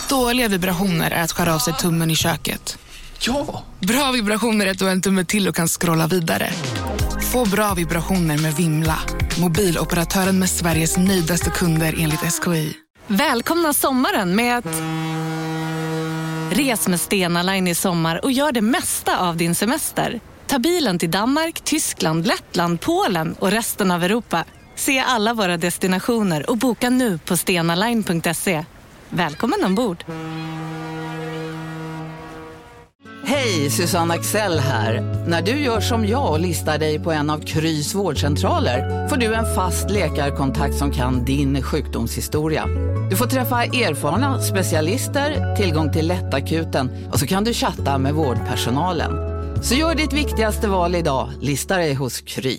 Dåliga vibrationer är att skära av sig tummen i köket. Ja! Bra vibrationer är att du har en tumme till och kan scrolla vidare. Få bra vibrationer med Vimla. Mobiloperatören med Sveriges nöjdaste kunder enligt SKI. Välkomna sommaren med att... Res med Stena Line i sommar och gör det mesta av din semester. Ta bilen till Danmark, Tyskland, Lettland, Polen och resten av Europa. Se alla våra destinationer och boka nu på stenaline.se. Välkommen ombord! Hej, Susanne Axel här. När du gör som jag och listar dig på en av Krys vårdcentraler får du en fast läkarkontakt som kan din sjukdomshistoria. Du får träffa erfarna specialister, tillgång till lättakuten och så kan du chatta med vårdpersonalen. Så gör ditt viktigaste val idag, lista dig hos Kry.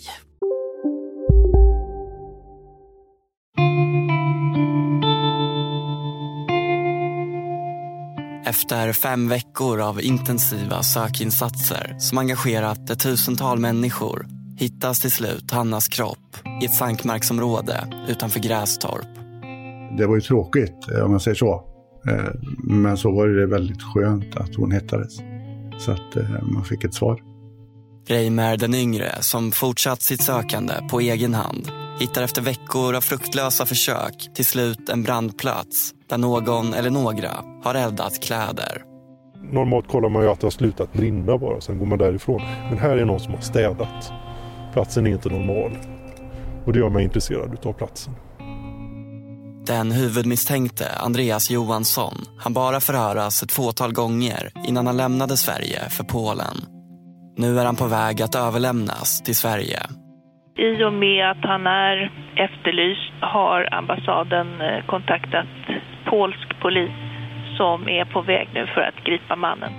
Efter 5 veckor av intensiva sökinsatser som engagerat ett tusental människor hittas till slut Hannas kropp i ett sankmarksområde utanför Grästorp. Det var ju tråkigt om man säger så. Men så var det väldigt skönt att hon hittades. Så att man fick ett svar. Reimer den yngre, som fortsatt sitt sökande på egen hand, hittar efter veckor av fruktlösa försök till slut en brandplats där någon eller några har eldat kläder. Normalt kollar man ju att det har slutat brinna bara, sen går man därifrån. Men här är någon som har städat. Platsen är inte normal. Och det gör mig intresserad utav platsen. Den huvudmisstänkte, Andreas Johansson, han bara förhöras ett fåtal gånger innan han lämnade Sverige för Polen. Nu är han på väg att överlämnas till Sverige. I och med att han är efterlyst har ambassaden kontaktat polsk polis som är på väg nu för att gripa mannen.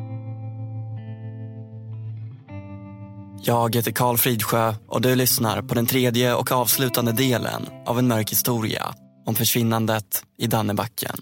Jag heter Karl Fridsjö och du lyssnar på den tredje och avslutande delen av en mörk historia om försvinnandet i Dannebacken.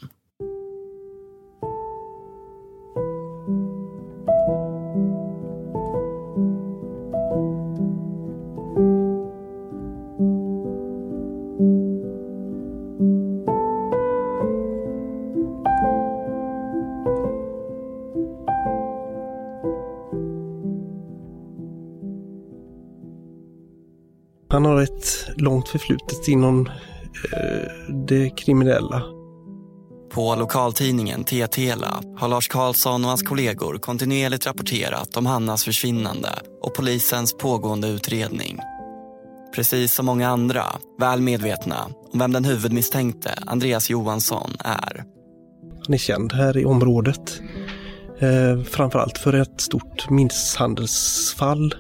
Han har ett långt förflutet inom det kriminella. På lokaltidningen TT:la har Lars Karlsson och hans kollegor kontinuerligt rapporterat om Hannas försvinnande och polisens pågående utredning. Precis som många andra, väl medvetna om vem den huvudmisstänkte Andreas Johansson är. Han är känd här i området. Framförallt för ett stort misshandelsfall.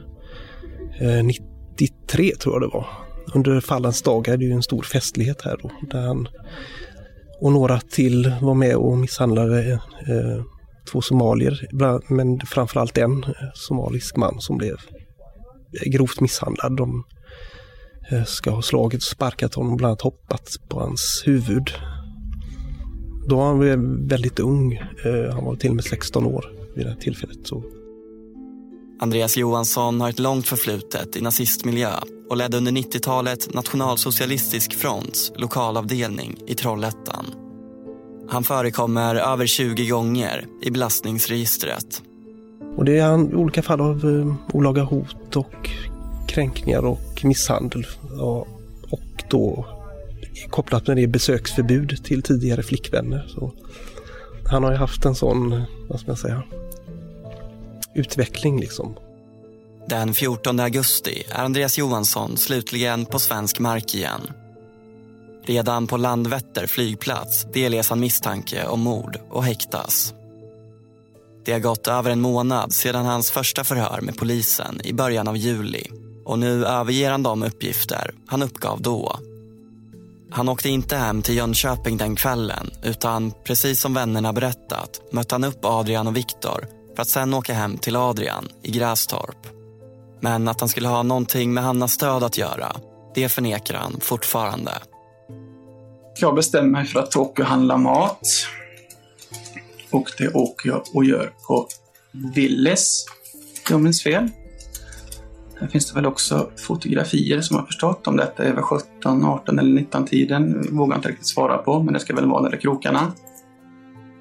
93 tror jag det var. Under fallens dag är det ju en stor festlighet här då, där han och några till var med och misshandlade 2 somalier, men framförallt en somalisk man som blev grovt misshandlad. De ska ha slagit och sparkat honom, bland annat hoppat på hans huvud. Då var han väldigt ung, han var till och med 16 år vid det här tillfället. Så. Andreas Johansson har ett långt förflutet i nazistmiljö och ledde under 90-talet Nationalsocialistisk fronts lokalavdelning i Trollhättan. Han förekommer över 20 gånger i belastningsregistret. Och det är olika fall av olaga hot och kränkningar och misshandel. Och då kopplat med det besöksförbud till tidigare flickvänner. Så han har ju haft en sån, vad ska man säga, utveckling liksom. Den 14 augusti är Andreas Johansson slutligen på svensk mark igen. Redan på Landvetter flygplats delges han misstanke om mord och häktas. Det har gått över en månad sedan hans första förhör med polisen i början av juli. Och nu överger han de uppgifter han uppgav då. Han åkte inte hem till Jönköping den kvällen, utan precis som vännerna berättat mötte han upp Adrian och Viktor för att sen åka hem till Adrian i Grästorp. Men att han skulle ha någonting med Hannas död att göra, det förnekar han fortfarande. Jag bestämmer mig för att åka och handla mat. Och det åker jag och gör på Willys, om jag minns fel. Här finns det väl också fotografier som jag har förstått om detta över 17, 18 eller 19 tiden. Vågar inte riktigt svara på, men det ska väl vara där i krokarna.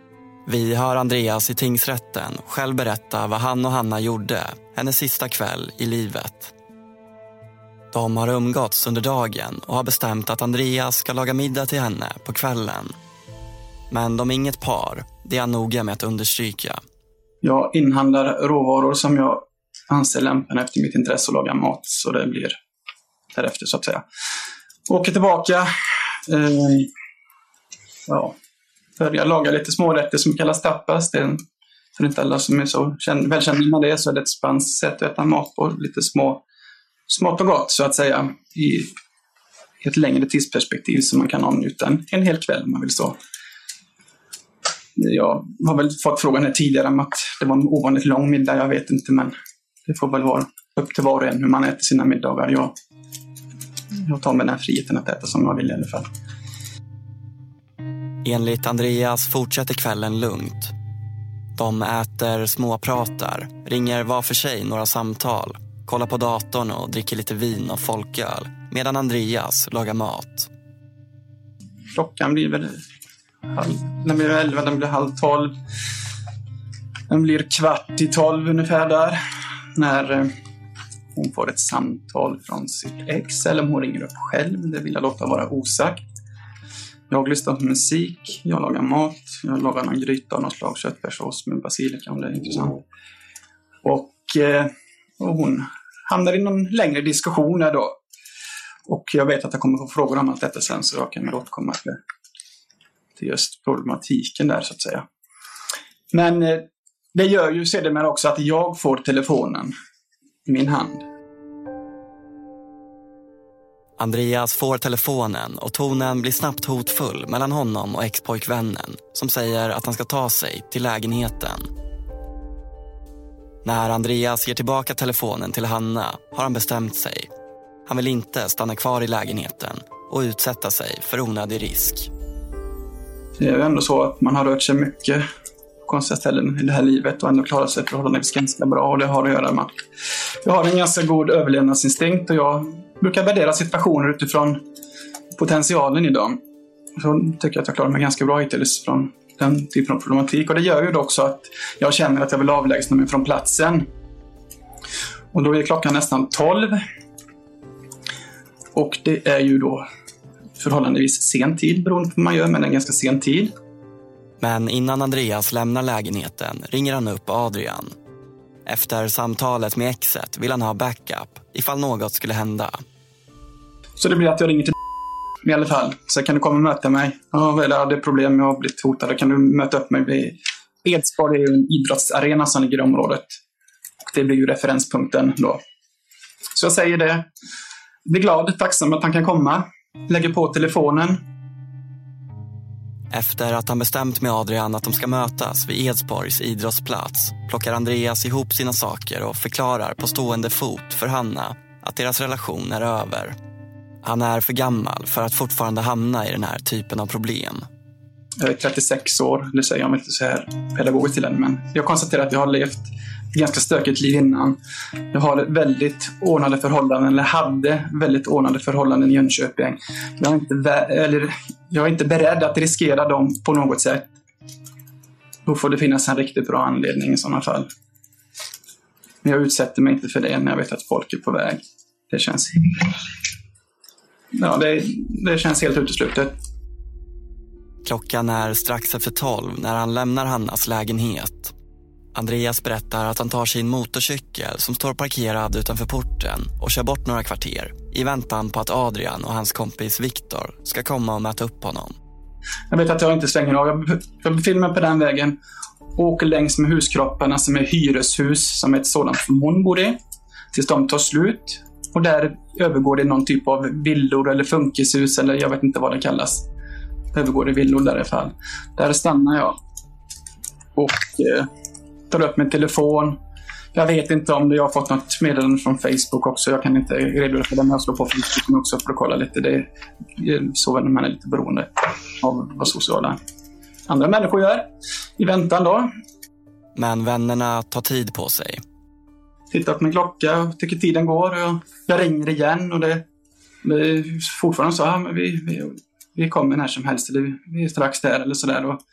Vi hör Andreas i tingsrätten själv berätta vad han och Hanna gjorde hennes sista kväll i livet. De har umgåtts under dagen och har bestämt att Andreas ska laga middag till henne på kvällen. Men de är inget par, det är han noga med att understryka. Jag inhandlar råvaror som jag anser lämpliga efter mitt intresse att laga mat, så det blir därefter så att säga. Åker tillbaka, börjar laga lite smårätter som kallas tapas. Det är för inte alla som är så välkända med det, så är det ett spanskt sätt att äta mat på, lite smått och gott så att säga, i ett längre tidsperspektiv som man kan avnjuta en hel kväll om man vill så. Jag har väl fått frågan här tidigare om att det var en ovanligt lång middag, jag vet inte, men det får väl vara upp till var och en hur man äter sina middagar. Jag tar med den här friheten att äta som jag vill i alla fall. Enligt Andreas fortsätter kvällen lugnt. De äter, småpratar, ringer var för sig några samtal, kollar på datorn och dricker lite vin och folköl medan Andreas lagar mat. Klockan blir väl den blir 11, den blir 11:30. Den blir 11:15 ungefär där. När hon får ett samtal från sitt ex, eller om hon ringer upp själv, det vill jag låta vara osagt. Jag lyssnar på musik, jag lagar mat, jag lagar någon gryta av något slag, köttfärssås med basilika om det är intressant. Och hon hamnar i någon längre diskussion där då. Och jag vet att jag kommer få frågor om allt detta sen, så jag kan återkomma till just problematiken där så att säga. Men det gör ju sedermera också att jag får telefonen i min hand. Andreas får telefonen och tonen blir snabbt hotfull mellan honom och ex-pojkvännen som säger att han ska ta sig till lägenheten. När Andreas ger tillbaka telefonen till Hanna har han bestämt sig. Han vill inte stanna kvar i lägenheten och utsätta sig för onödig risk. Det är ju ändå så att man har rört sig mycket på konstiga ställen i det här livet och ändå klarat sig förhållandevis ganska bra, och det har att göra med att jag har en ganska god överlevnadsinstinkt och jag brukar värdera situationer utifrån potentialen i dem. Så tycker jag att jag klarar mig ganska bra hittills från den typen av problematik, och det gör ju också att jag känner att jag vill avlägsna mig från platsen. Och då är klockan nästan 12. Och det är ju då förhållandevis sen tid beroende på vad man gör, men en ganska sen tid. Men innan Andreas lämnar lägenheten ringer han upp Adrian. Efter samtalet med exet vill han ha backup ifall något skulle hända. Så det blir att jag ringer till i alla fall. Så kan du komma och möta mig. Ja, eller det är problem, jag har blivit hotad. Då kan du möta upp mig vid Edsborg, det är en idrottsarena som ligger i området. Och det blir ju referenspunkten då. Så jag säger det. Blir glad, tacksam att han kan komma. Lägger på telefonen. Efter att han bestämt med Adrian att de ska mötas vid Edsborgs idrottsplats plockar Andreas ihop sina saker och förklarar på stående fot för Hanna att deras relation är över. Han är för gammal för att fortfarande hamna i den här typen av problem. Jag är 36 år, det säger jag inte så här pedagogiskt till den, men jag konstaterar att jag har levt ett ganska stökigt liv innan. Jag har väldigt ordnade förhållanden, eller hade väldigt ordnade förhållanden i Jönköping. Jag är inte beredd att riskera dem på något sätt. Då får det finnas en riktigt bra anledning i sådana fall. Men jag utsätter mig inte för det när jag vet att folk är på väg. Det känns... Ja, det känns helt uteslutet. Klockan är strax efter 12 när han lämnar Hannas lägenhet. Andreas berättar att han tar sin motorcykel som står parkerad utanför porten och kör bort några kvarter i väntan på att Adrian och hans kompis Viktor ska komma och möta upp honom. Jag vet att jag inte svänger av. Jag befinner mig på den vägen och åker längs med huskropparna som är hyreshus, som är ett sådant som hon bor i, tills de tar slut. Och där övergår det någon typ av villor eller funkishus, eller jag vet inte vad det kallas. Övergår det villor där i alla fall. Där stannar jag och tar upp min telefon. Jag vet inte om jag har fått något meddelande från Facebook också. Jag kan inte redogöra för det, men jag slår på Facebook också för att kolla lite. Det är så när man är lite beroende av vad sociala andra människor gör i väntan då. Men vännerna tar tid på sig. Tittar på min klocka och tycker tiden går. Och jag ringer igen och det är fortfarande så här, men vi kommer när som helst. Eller vi är strax där eller sådär.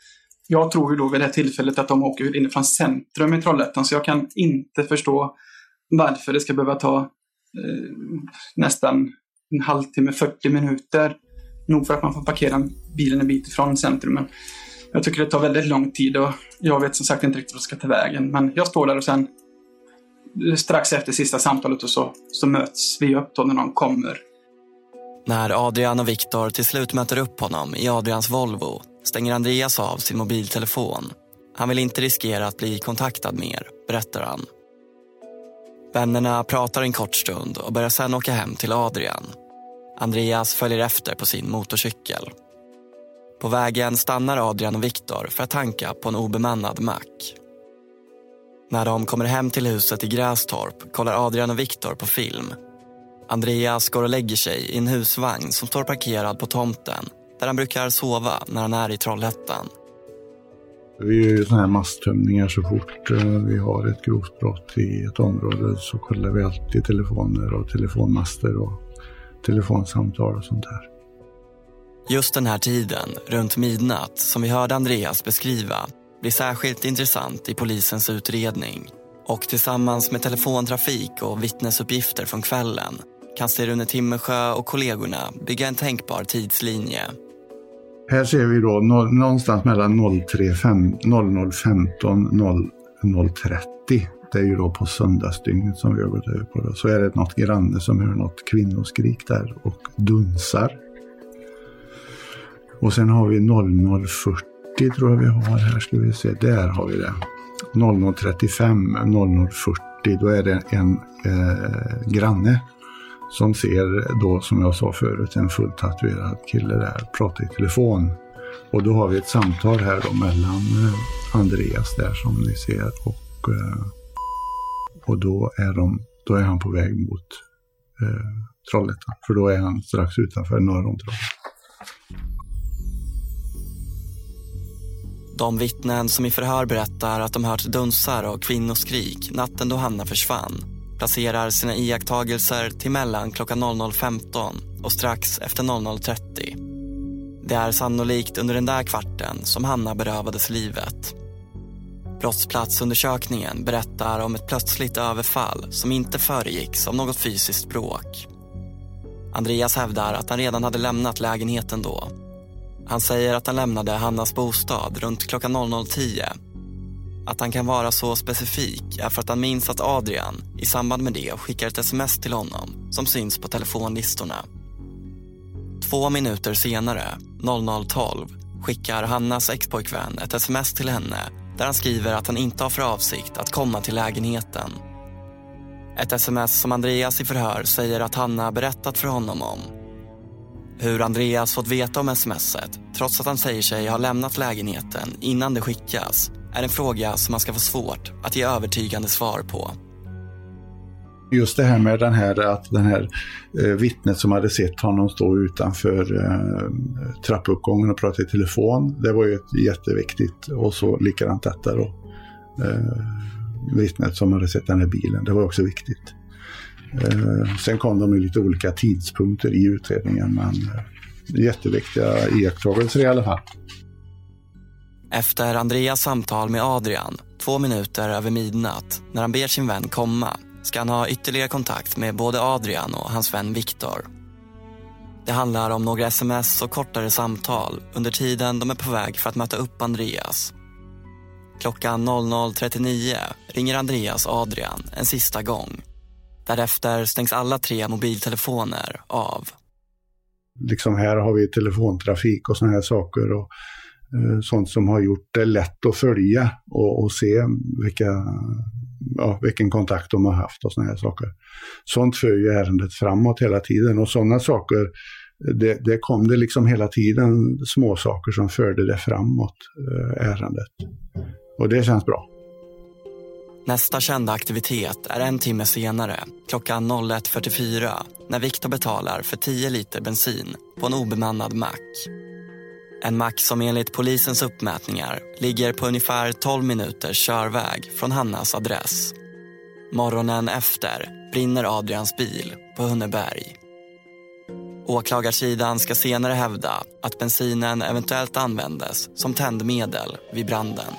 Jag tror ju då vid det här tillfället att de åker inifrån centrum i Trollhättan, så jag kan inte förstå varför det ska behöva ta nästan en halvtimme, 40 minuter. Nog för att man får parkera bilen en bit ifrån centrum. Men jag tycker det tar väldigt lång tid och jag vet som sagt inte riktigt vad jag ska ta vägen. Men jag står där och sen strax efter sista samtalet och så möts vi upp då när de kommer. När Adrian och Viktor till slut möter upp honom i Adrians Volvo stänger Andreas av sin mobiltelefon. Han vill inte riskera att bli kontaktad mer, berättar han. Vännerna pratar en kort stund och börjar sedan åka hem till Adrian. Andreas följer efter på sin motorcykel. På vägen stannar Adrian och Viktor för att tanka på en obemannad mack. När de kommer hem till huset i Grästorp kollar Adrian och Viktor på film. Andreas går och lägger sig i en husvagn som står parkerad på tomten där han brukar sova när han är i Trollhättan. Vi gör ju sådana här masstömningar så fort vi har ett grovt brott i ett område, så kollar vi alltid telefoner och telefonmaster och telefonsamtal och sånt där. Just den här tiden, runt midnatt, som vi hörde Andreas beskriva, blir särskilt intressant i polisens utredning. Och tillsammans med telefontrafik och vittnesuppgifter från kvällen kan Rune Timmersjö och kollegorna bygga en tänkbar tidslinje. Här ser vi då någonstans mellan 00:15 00:30. Det är ju då på söndagsdygnet som vi har gått över på. Då. Så är det något granne som hör något kvinnoskrik där och dunsar. Och sen har vi 00:40 tror jag vi har här, ska vi se. Där har vi det. 00:35, 00:40, då är det en granne som ser då, som jag sa förut, en fullt tatuerad kille där pratar i telefon. Och då har vi ett samtal här då mellan Andreas där som ni ser och då är han på väg mot Trollhättan, för då är han strax utanför norr om Trollhättan. De vittnen som i förhör berättar att de hört dunsar och kvinnoskrik natten då Hanna försvann placerar sina iakttagelser till mellan klockan 00:15 och strax efter 00:30. Det är sannolikt under den där kvarten som Hanna berövades livet. Brottsplatsundersökningen berättar om ett plötsligt överfall som inte föregicks av något fysiskt bråk. Andreas hävdar att han redan hade lämnat lägenheten då. Han säger att han lämnade Hannas bostad runt klockan 00:10. Att han kan vara så specifik är för att han minns att Adrian i samband med det skickar ett sms till honom som syns på telefonlistorna. 2 minuter senare, 00:12, skickar Hannas expojkvän ett sms till henne där han skriver att han inte har för avsikt att komma till lägenheten. Ett sms som Andreas i förhör säger att Hanna berättat för honom om. Hur Andreas fått veta om smset, trots att han säger sig ha lämnat lägenheten innan det skickas, är en fråga som man ska få svårt att ge övertygande svar på. Just det här med den här vittnet som hade sett honom stå utanför trappuppgången och prata i telefon, det var ju jätteviktigt. Och så likadant detta då. Vittnet som hade sett den här bilen, det var också viktigt. Sen kom de i lite olika tidpunkter i utredningen, men jätteviktiga iakttagelser i alla fall. Efter Andreas samtal med Adrian, 2 minuter över midnatt, när han ber sin vän komma, ska han ha ytterligare kontakt med både Adrian och hans vän Viktor. Det handlar om några sms och kortare samtal under tiden de är på väg för att möta upp Andreas. Klockan 00:39 ringer Andreas Adrian en sista gång. Därefter stängs alla 3 mobiltelefoner av. Liksom här har vi telefontrafik och såna här saker och sånt som har gjort det lätt att följa och se vilken kontakt de har haft och såna här saker. Sånt för ju ärendet framåt hela tiden, och sådana saker, det kom det liksom hela tiden små saker som förde det framåt, ärendet. Och det känns bra. Nästa kända aktivitet är 1 timme senare, klockan 01:44, när Viktor betalar för 10 liter bensin på en obemannad mack. En mack som enligt polisens uppmätningar ligger på ungefär 12 minuters körväg från Hannas adress. Morgonen efter brinner Adrians bil på Hunneberg. Åklagarsidan ska senare hävda att bensinen eventuellt användes som tändmedel vid branden.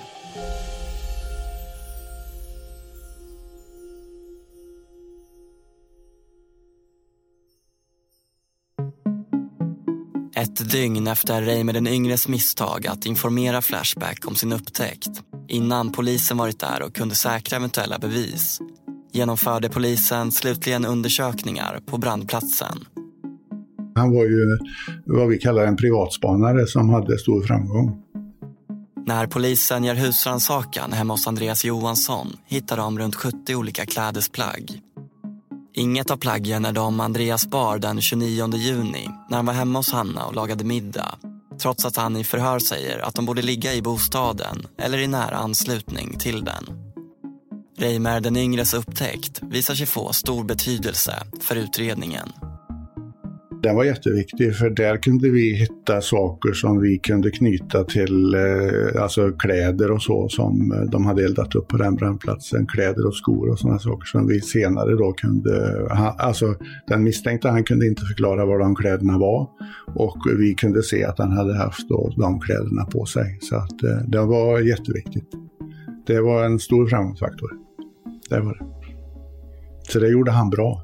Ett dygn efter Reimer den yngres misstag att informera Flashback om sin upptäckt, innan polisen varit där och kunde säkra eventuella bevis, genomförde polisen slutligen undersökningar på brandplatsen. Han var ju vad vi kallar en privatspanare som hade stor framgång. När polisen gör husrannsakan hemma hos Andreas Johansson hittar de runt 70 olika klädesplagg. Inget av plaggen är de Andreas bar den 29 juni när han var hemma hos Hanna och lagade middag. Trots att han i förhör säger att de borde ligga i bostaden eller i nära anslutning till den. Reimer den yngres upptäckt visar sig få stor betydelse för utredningen. Den var jätteviktig för där kunde vi hitta saker som vi kunde knyta till alltså kläder och så som de hade eldat upp på den brandplatsen. Kläder och skor och sådana saker som vi senare då kunde... Alltså den misstänkte han kunde inte förklara vad de kläderna var och vi kunde se att han hade haft då de kläderna på sig. Så att det var jätteviktigt. Det var en stor framgångsfaktor. Det var det. Så det gjorde han bra.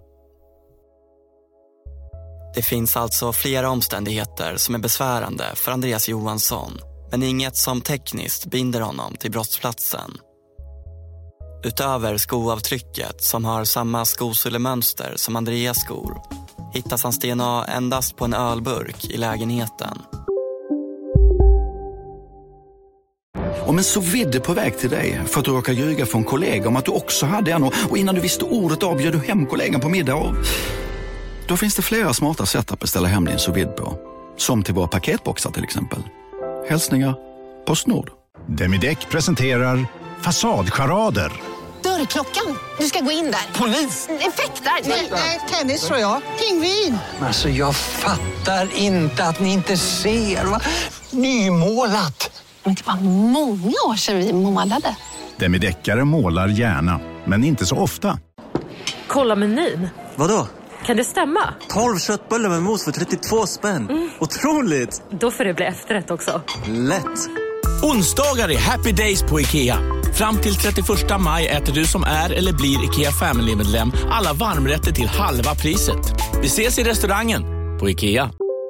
Det finns alltså flera omständigheter som är besvärande för Andreas Johansson, men inget som tekniskt binder honom till brottsplatsen. Utöver skoavtrycket som har samma skosullemönster som Andreas skor hittas hans DNA endast på en ölburk i lägenheten. Om en sous-vide på väg till dig för att du råkar ljuga för en kollega om att du också hade en och innan du visste ordet av bjöd du hem kollegan på middag och... Då finns det flera smarta sätt att beställa hem din sous-vide på. Som till våra paketboxar till exempel. Hälsningar Postnord. Demideck presenterar Fasadcharader. Dörrklockan. Du ska gå in där. Polis? Effektar? Nej, tennis tror jag. Pingvin. Alltså jag fattar inte att ni inte ser. Va? Nymålat. Men det var många år sedan vi målade. Demideckare målar gärna, men inte så ofta. Kolla menyn. Vadå? Kan det stämma? 12 köttbullar med mos för 32 spänn. Otroligt! Då får det bli efterrätt också. Lätt! Onsdagar är happy days på IKEA. Fram till 31 maj äter du som är eller blir IKEA Family-medlem alla varmrätter till halva priset. Vi ses i restaurangen på IKEA.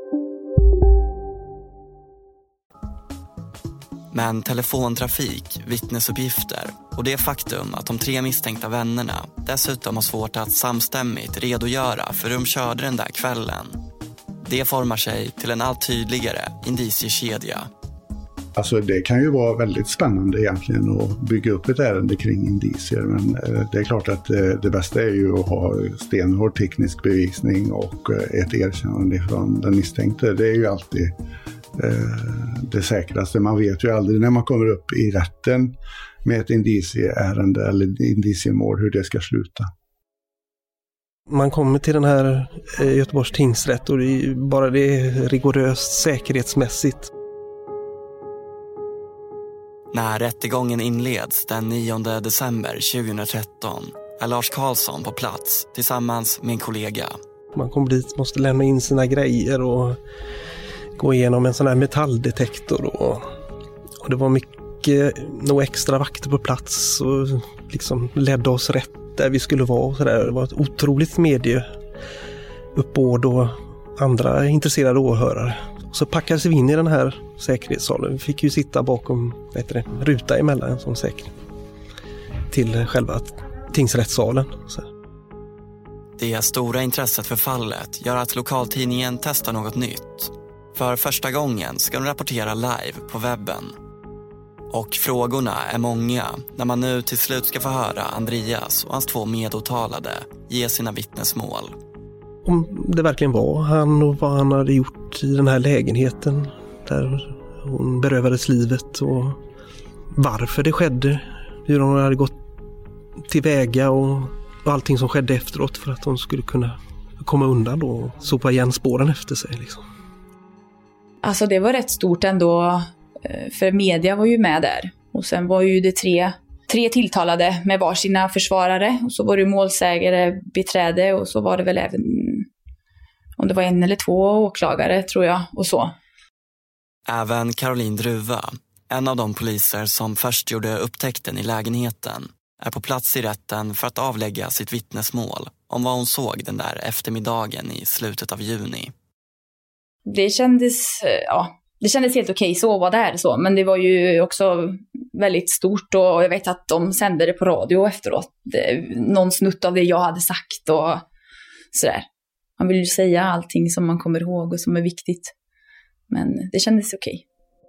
Men telefontrafik, vittnesuppgifter och det faktum att de 3 misstänkta vännerna dessutom har svårt att samstämmigt redogöra för hur de körde den där kvällen. Det formar sig till en allt tydligare indiciekedja. Alltså det kan ju vara väldigt spännande egentligen att bygga upp ett ärende kring indicier, men det är klart att det bästa är ju att ha stenhård teknisk bevisning och ett erkännande från den misstänkte. Det är ju alltid det säkraste. Man vet ju aldrig när man kommer upp i rätten med ett indicieärende eller indiciemål hur det ska sluta. Man kommer till den här Göteborgs tingsrätt och bara det är rigoröst säkerhetsmässigt. När rättegången inleds den 9 december 2013 är Lars Karlsson på plats tillsammans med en kollega. Man kommer dit, måste lämna in sina grejer och gå igenom en sån här metalldetektor och det var mycket nog extra vakter på plats och liksom ledde oss rätt där vi skulle vara och sådär. Det var ett otroligt medieuppbåd och andra intresserade åhörare. Så packades vi in i den här säkerhetssalen. Vi fick ju sitta bakom ruta emellan en sån säkerhet till själva tingsrättssalen. Så. Det stora intresset för fallet gör att lokaltidningen testar något nytt. För första gången ska de rapportera live på webben. Och frågorna är många när man nu till slut ska få höra Andreas och hans 2 medåtalade ge sina vittnesmål. Om det verkligen var han och vad han hade gjort i den här lägenheten där hon berövades livet och varför det skedde, hur hon hade gått tillväga och allting som skedde efteråt för att hon skulle kunna komma undan då och sopa igen spåren efter sig liksom. Alltså det var rätt stort ändå, för media var ju med där. Och sen var ju det tre tilltalade med varsina försvarare. Och så var det målsägare, beträde och så var det väl även om det var 1 eller 2 åklagare tror jag och så. Även Caroline Druva, en av de poliser som först gjorde upptäckten i lägenheten, är på plats i rätten för att avlägga sitt vittnesmål om vad hon såg den där eftermiddagen i slutet av juni. Det kändes helt okej så var där så, men det var ju också väldigt stort och jag vet att de sände det på radio efteråt. Någon snutt av det jag hade sagt och sådär. Man vill ju säga allting som man kommer ihåg och som är viktigt. Men det kändes okej.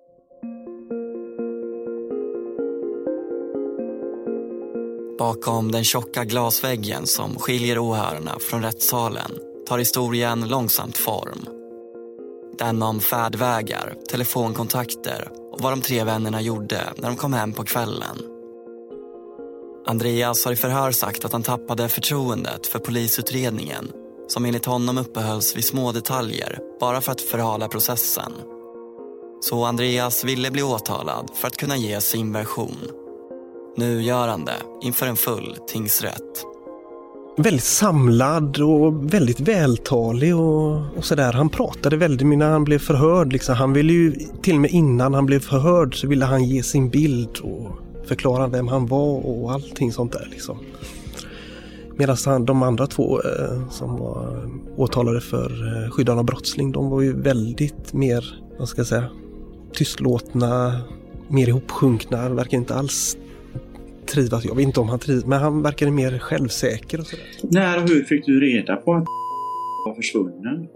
Bakom den tjocka glasväggen som skiljer åhörarna från rättssalen tar historien långsamt form. Den om färdvägar, telefonkontakter och vad de 3 vännerna gjorde när de kom hem på kvällen. Andreas har i förhör sagt att han tappade förtroendet för polisutredningen som enligt honom uppehölls vid små detaljer bara för att förhala processen. Så Andreas ville bli åtalad för att kunna ge sin version. Nu gör han det inför en full tingsrätt. Väldigt samlad och väldigt vältalig och sådär. Han pratade väldigt när han blev förhörd. Liksom. Han ville ju, till och med innan han blev förhörd så ville han ge sin bild och förklara vem han var och allting sånt där. Liksom. Medan de andra 2 som var åtalade för skyddande av brottsling, de var ju väldigt mer, vad ska jag säga, tystlåtna, mer ihopsjunkna, verkar inte alls trivas. Jag vet inte om han trivs, men han verkade mer självsäker och sådär. När och hur fick du reda på att var försvunnen?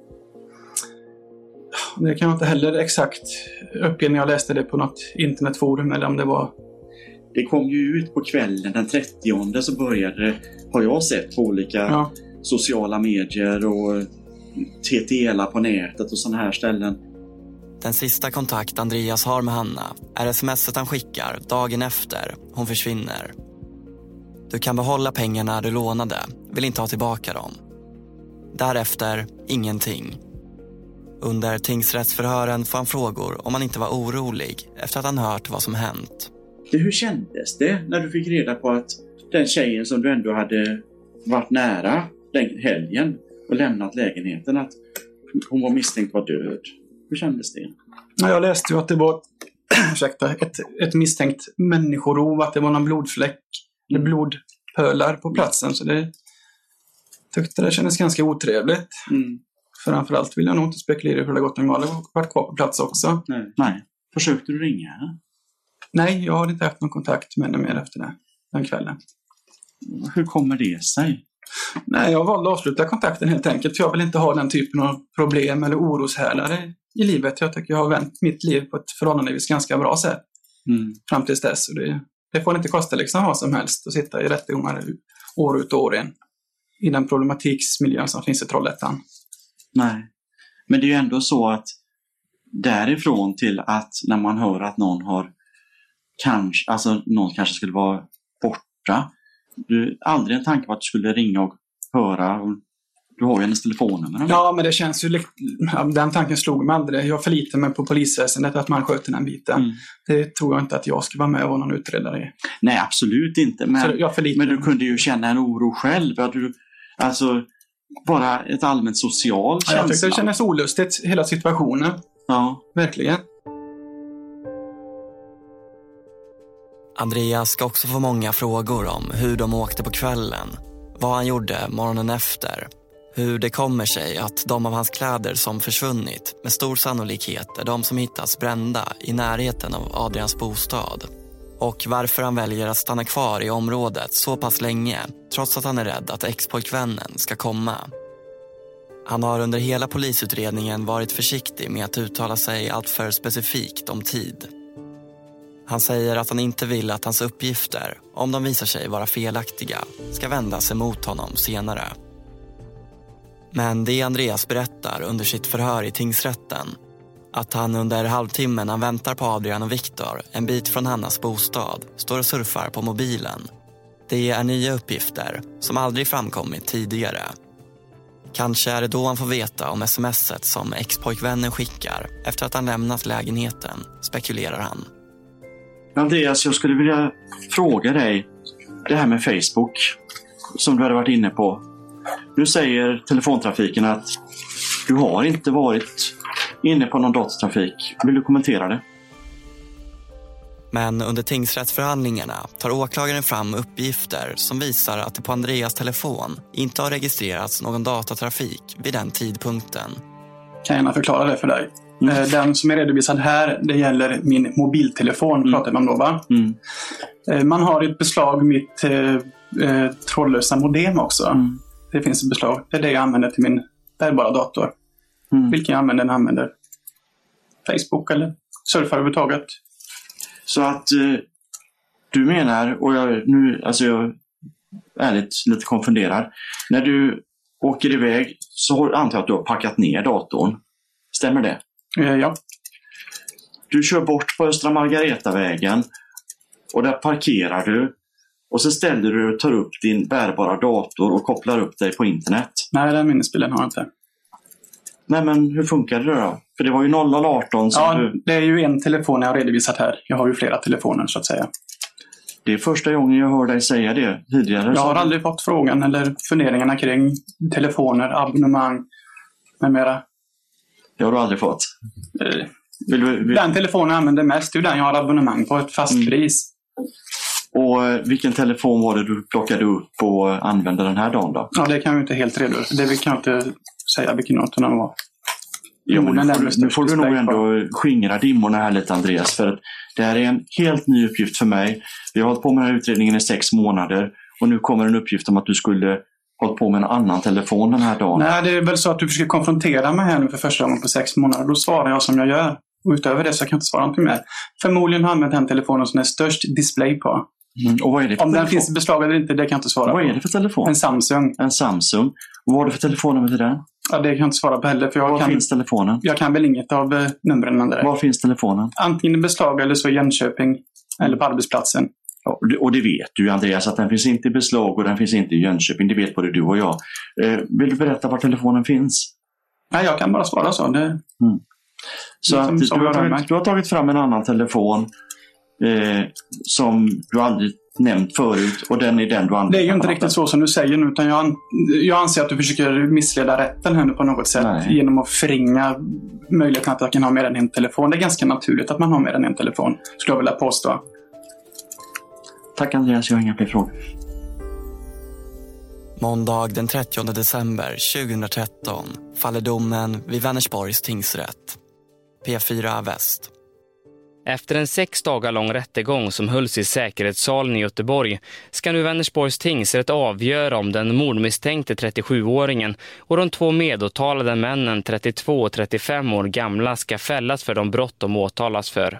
Det kan jag inte heller exakt uppge när jag läste det på något internetforum eller om det var... Det kom ju ut på kvällen den 30:e så började, har jag sett på olika sociala medier och TTL:ar på nätet och sådana här ställen. Den sista kontakt Andreas har med Hanna är sms:et han skickar dagen efter hon försvinner. Du kan behålla pengarna du lånade, vill inte ha tillbaka dem. Därefter ingenting. Under tingsrättsförhören får han frågor om han inte var orolig efter att han hört vad som hänt. Hur kändes det när du fick reda på att den tjejen som du ändå hade varit nära den helgen och lämnat lägenheten, att hon var misstänkt var död? Hur kändes det? Jag läste ju att det var ett misstänkt människorov, att det var någon blodfläck eller blodpölar på platsen. Så det tyckte det kändes ganska otrevligt. Framförallt vill jag nog inte spekulera i hur det gått om jag hade varit kvar på plats också. Nej. Försökte du ringa? Nej, jag har inte haft någon kontakt med henne mer efter det, den kvällen. Hur kommer det sig? Nej, jag valde att avsluta kontakten helt enkelt. För jag vill inte ha den typen av problem eller oroshärdare i livet. Jag tycker jag har vänt mitt liv på ett förhållandevis ganska bra sätt. Fram tills dess. Och det får inte kosta liksom vad som helst att sitta i rättegångar år ut och år in. I den problematiksmiljön som finns i Trollhättan. Nej, men det är ju ändå så att därifrån till att när man hör att någon har någon kanske skulle vara borta. Du aldrig en tanke på att du skulle ringa och höra. Du har ju hennes telefonnummer. Ja, men det känns ju... Den tanken slog mig aldrig. Jag förlitar mig på polisväsendet att man sköter den biten. Det tror jag inte att jag ska vara med och vara någon utredare i. Nej, absolut inte. Men du kunde ju känna en oro själv. Bara ett allmänt social känsla. Jag tyckte det kändes olustigt, hela situationen. Ja. Verkligen. Andreas ska också få många frågor om hur de åkte på kvällen, vad han gjorde morgonen efter, hur det kommer sig att de av hans kläder som försvunnit med stor sannolikhet är de som hittats brända i närheten av Adrians bostad och varför han väljer att stanna kvar i området så pass länge trots att han är rädd att ex-pojkvännen ska komma. Han har under hela polisutredningen varit försiktig med att uttala sig allt för specifikt om tid. Han säger att han inte vill att hans uppgifter, om de visar sig vara felaktiga, ska vändas emot honom senare. Men det Andreas berättar under sitt förhör i tingsrätten, att han under halvtimmen han väntar på Adrian och Viktor en bit från Hannas bostad står och surfar på mobilen. Det är nya uppgifter som aldrig framkommit tidigare. Kanske är det då han får veta om sms:et som ex-pojkvännen skickar efter att han lämnat lägenheten, spekulerar han. Andreas, jag skulle vilja fråga dig det här med Facebook som du hade varit inne på. Nu säger telefontrafiken att du har inte varit inne på någon datatrafik. Vill du kommentera det? Men under tingsrättsförhandlingarna tar åklagaren fram uppgifter som visar att det på Andreas telefon inte har registrerats någon datatrafik vid den tidpunkten. Kan jag gärna förklara det för dig. Den som är redovisad här, det gäller min mobiltelefon, pratar man då, va? Man har ett beslag mitt trådlösa modem också. Det finns ett beslag. Det är det jag använder till min bärbara dator. Vilken jag använder. Facebook eller surfar överhuvudtaget. Så att du menar, och jag är ärligt lite konfunderad. När du åker iväg så antar jag att du har packat ner datorn. Stämmer det? Ja. Du kör bort på Östra Margaretavägen och där parkerar du. Och så ställer du och tar upp din bärbara dator och kopplar upp dig på internet. Nej, den minnesbilden har jag inte. Nej, men hur funkar det då? För det var ju 0018 som du... det är ju en telefon jag har redovisat här. Jag har ju flera telefoner så att säga. Det är första gången jag hör dig säga det tidigare. Jag har aldrig fått frågan eller funderingarna kring telefoner, abonnemang med mera. Det har du aldrig fått? Den telefonen jag använder mest är den jag har abonnemang på, ett fast pris. Och vilken telefon var det du plockade upp och använde den här dagen då? Ja, det kan jag inte helt redovisa. Det kan jag inte säga vilken något den var. Ja, men nu får du nog ändå skingra dimmorna här lite, Andreas. För att det här är en helt ny uppgift för mig. Vi har hållit på med den här utredningen i 6 månader. Och nu kommer en uppgift om att du skulle hållit på med en annan telefon den här dagen. Nej, det är väl så att du försöker konfrontera mig här nu för första gången på 6 månader. Då svarar jag som jag gör. Och utöver det så kan jag inte svara någonting mer. Förmodligen har jag använt den telefonen som är störst display på. Och vad är det för om telefon? Den finns beslag eller inte, det kan jag inte svara på. Vad är det för telefon? En Samsung. En Samsung. Och vad har du för telefonnummer till den? Ja, det kan jag inte svara på heller. För var finns telefonen? Jag kan väl inget av numren. Var finns telefonen? Antingen beslag eller så i Jönköping. Eller på arbetsplatsen. Ja, och det vet du, Andreas, att den finns inte i beslag och den finns inte i Jönköping. Det vet både du och jag. Vill du berätta var telefonen finns? Nej, jag kan bara svara så. Så att du har tagit fram en annan telefon som du aldrig nämnt förut, och den är den du använder. Det är ju inte riktigt så som du säger nu, utan jag anser att du försöker missleda rätten här nu på något sätt. Genom att förringa möjligheten att jag kan ha mer än en telefon. Det är ganska naturligt att man har mer än en telefon, skulle jag vilja påstå. Tack Andreas, jag har inga fler frågor. Måndag den 30 december 2013 faller domen vid Vänersborgs tingsrätt. P4 Väst. Efter en 6 dagar lång rättegång som hölls i säkerhetssalen i Göteborg ska nu Vänersborgs tingsrätt avgöra om den mordmisstänkte 37-åringen och de 2 medåtalade männen 32 och 35 år gamla ska fällas för de brott de åtalas för.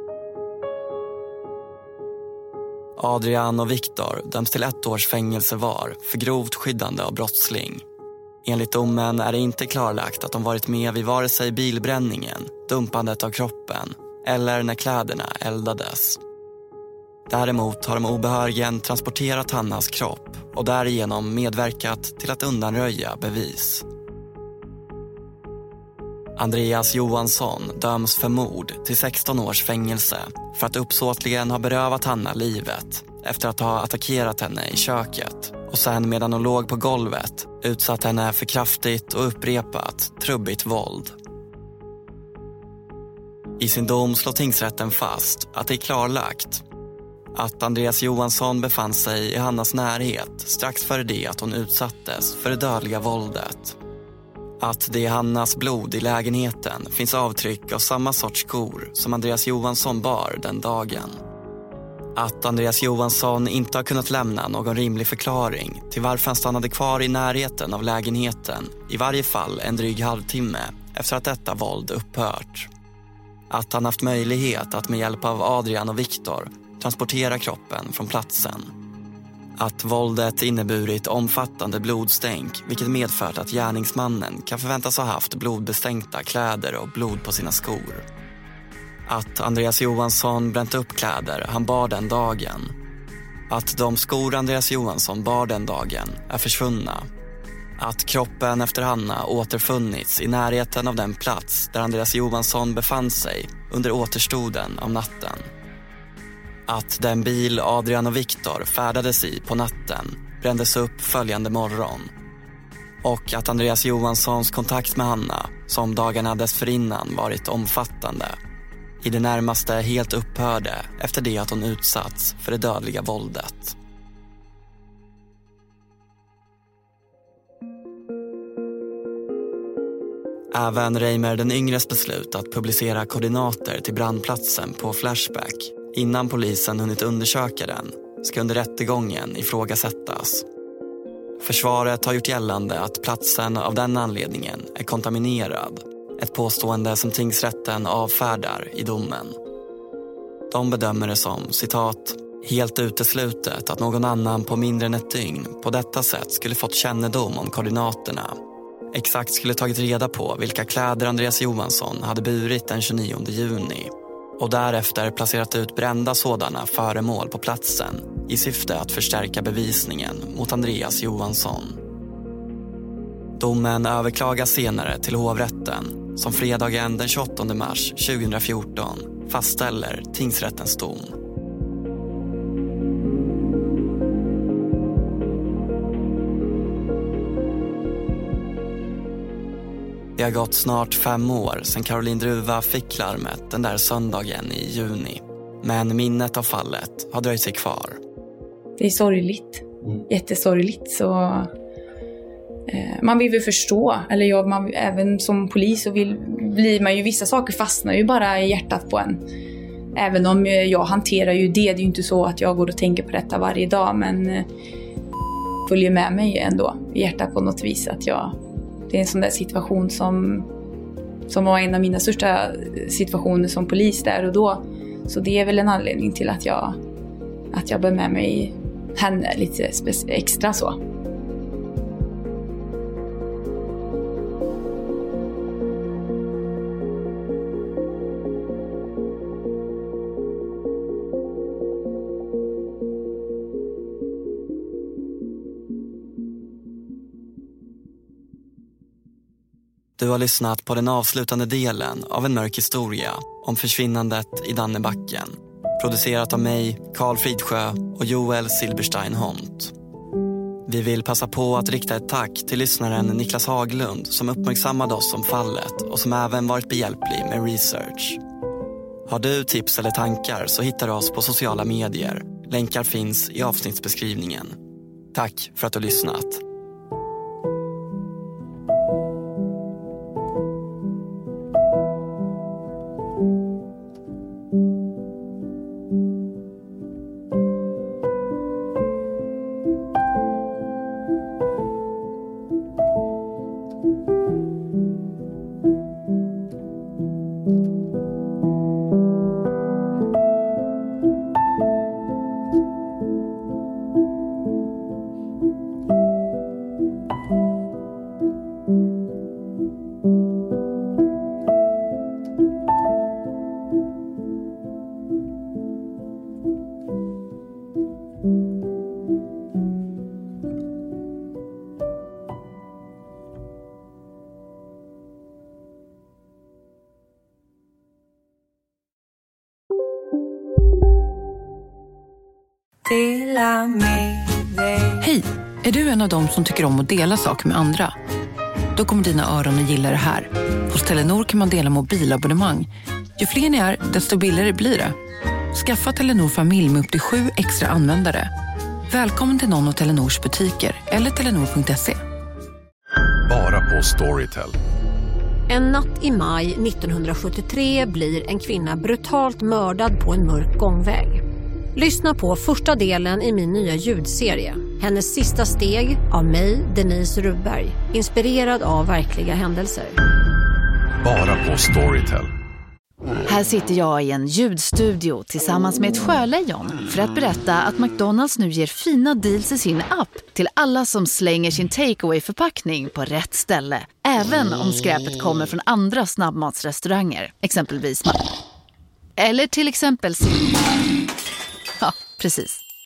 Adrian och Viktor döms till 1 års fängelse var för grovt skyddande av brottsling. Enligt domen är det inte klarlagt att de varit med vid vare sig bilbränningen, dumpandet av kroppen eller när kläderna eldades. Däremot har de obehörigen transporterat Hannas kropp och därigenom medverkat till att undanröja bevis. Andreas Johansson döms för mord till 16 års fängelse för att uppsåtligen ha berövat Hanna livet efter att ha attackerat henne i köket och sen medan hon låg på golvet utsatt henne för kraftigt och upprepat trubbigt våld. I sin dom slår tingsrätten fast att det är klarlagt att Andreas Johansson befann sig i Hannas närhet strax före det att hon utsattes för det dödliga våldet. Att det i Hannas blod i lägenheten finns avtryck av samma sorts skor som Andreas Johansson bar den dagen. Att Andreas Johansson inte har kunnat lämna någon rimlig förklaring till varför han stannade kvar i närheten av lägenheten, i varje fall en dryg halvtimme efter att detta våld upphört. Att han haft möjlighet att med hjälp av Adrian och Viktor transportera kroppen från platsen. Att våldet inneburit omfattande blodstänk, vilket medfört att gärningsmannen kan förväntas ha haft blodbestänkta kläder och blod på sina skor. Att Andreas Johansson bränt upp kläder han bar den dagen. Att de skor Andreas Johansson bar den dagen är försvunna. Att kroppen efter Hanna återfunnits i närheten av den plats där Andreas Johansson befann sig under återstoden av natten. Att den bil Adrian och Viktor färdades i på natten brändes upp följande morgon. Och att Andreas Johanssons kontakt med Hanna, som dagarna dessförinnan varit omfattande, i det närmaste helt upphörde efter det att hon utsatts för det dödliga våldet. Även Reimer den yngres beslut att publicera koordinater till brandplatsen på Flashback innan polisen hunnit undersöka den ska under rättegången ifrågasättas. Försvaret har gjort gällande att platsen av den anledningen är kontaminerad. Ett påstående som tingsrätten avfärdar i domen. De bedömer det som, citat, helt uteslutet att någon annan på mindre än ett dygn på detta sätt skulle fått kännedom om koordinaterna. Exakt skulle tagit reda på vilka kläder Andreas Johansson hade burit den 29 juni. Och därefter placerat ut brända sådana föremål på platsen i syfte att förstärka bevisningen mot Andreas Johansson. Domen överklagas senare till hovrätten som fredagen den 28 mars 2014 fastställer tingsrättens dom. Det har gått snart 5 år sedan Caroline Druva fick larmet den där söndagen i juni. Men minnet av fallet har dröjt sig kvar. Det är sorgligt. Jättesorgligt. Så man vill väl förstå. Eller även som polis så blir man ju, vissa saker fastnar ju bara i hjärtat på en. Även om jag hanterar ju det. Det är ju inte så att jag går och tänker på detta varje dag. Men följer med mig ändå i hjärtat på något vis. Att det är en sån där situation som var en av mina största situationer som polis där och då. Så det är väl en anledning till att jag bär med mig henne lite extra så. Du har lyssnat på den avslutande delen av En mörk historia om försvinnandet i Dannebacken. Producerat av mig, Carl Fridsjö och Joel Silberstein Hont. Vi vill passa på att rikta ett tack till lyssnaren Niklas Haglund som uppmärksammade oss om fallet och som även varit behjälplig med research. Har du tips eller tankar så hittar du oss på sociala medier. Länkar finns i avsnittsbeskrivningen. Tack för att du har lyssnat. Hej, är du en av dem som tycker om att dela saker med andra? Då kommer dina öron att gilla det här. Hos Telenor kan man dela mobilabonnemang. Ju fler ni är, desto billigare blir det. Skaffa Telenor familj med upp till 7 extra användare. Välkommen till någon av Telenors butiker eller telenor.se. Bara på Storytel. En natt i maj 1973 blir en kvinna brutalt mördad på en mörk gångväg. Lyssna på första delen i min nya ljudserie. Hennes sista steg av mig, Denise Rubberg. Inspirerad av verkliga händelser. Bara på Storytel. Här sitter jag i en ljudstudio tillsammans med ett sjölejon för att berätta att McDonalds nu ger fina deals i sin app till alla som slänger sin takeaway-förpackning på rätt ställe. Även om skräpet kommer från andra snabbmatsrestauranger, exempelvis eller till exempel Ja, precis.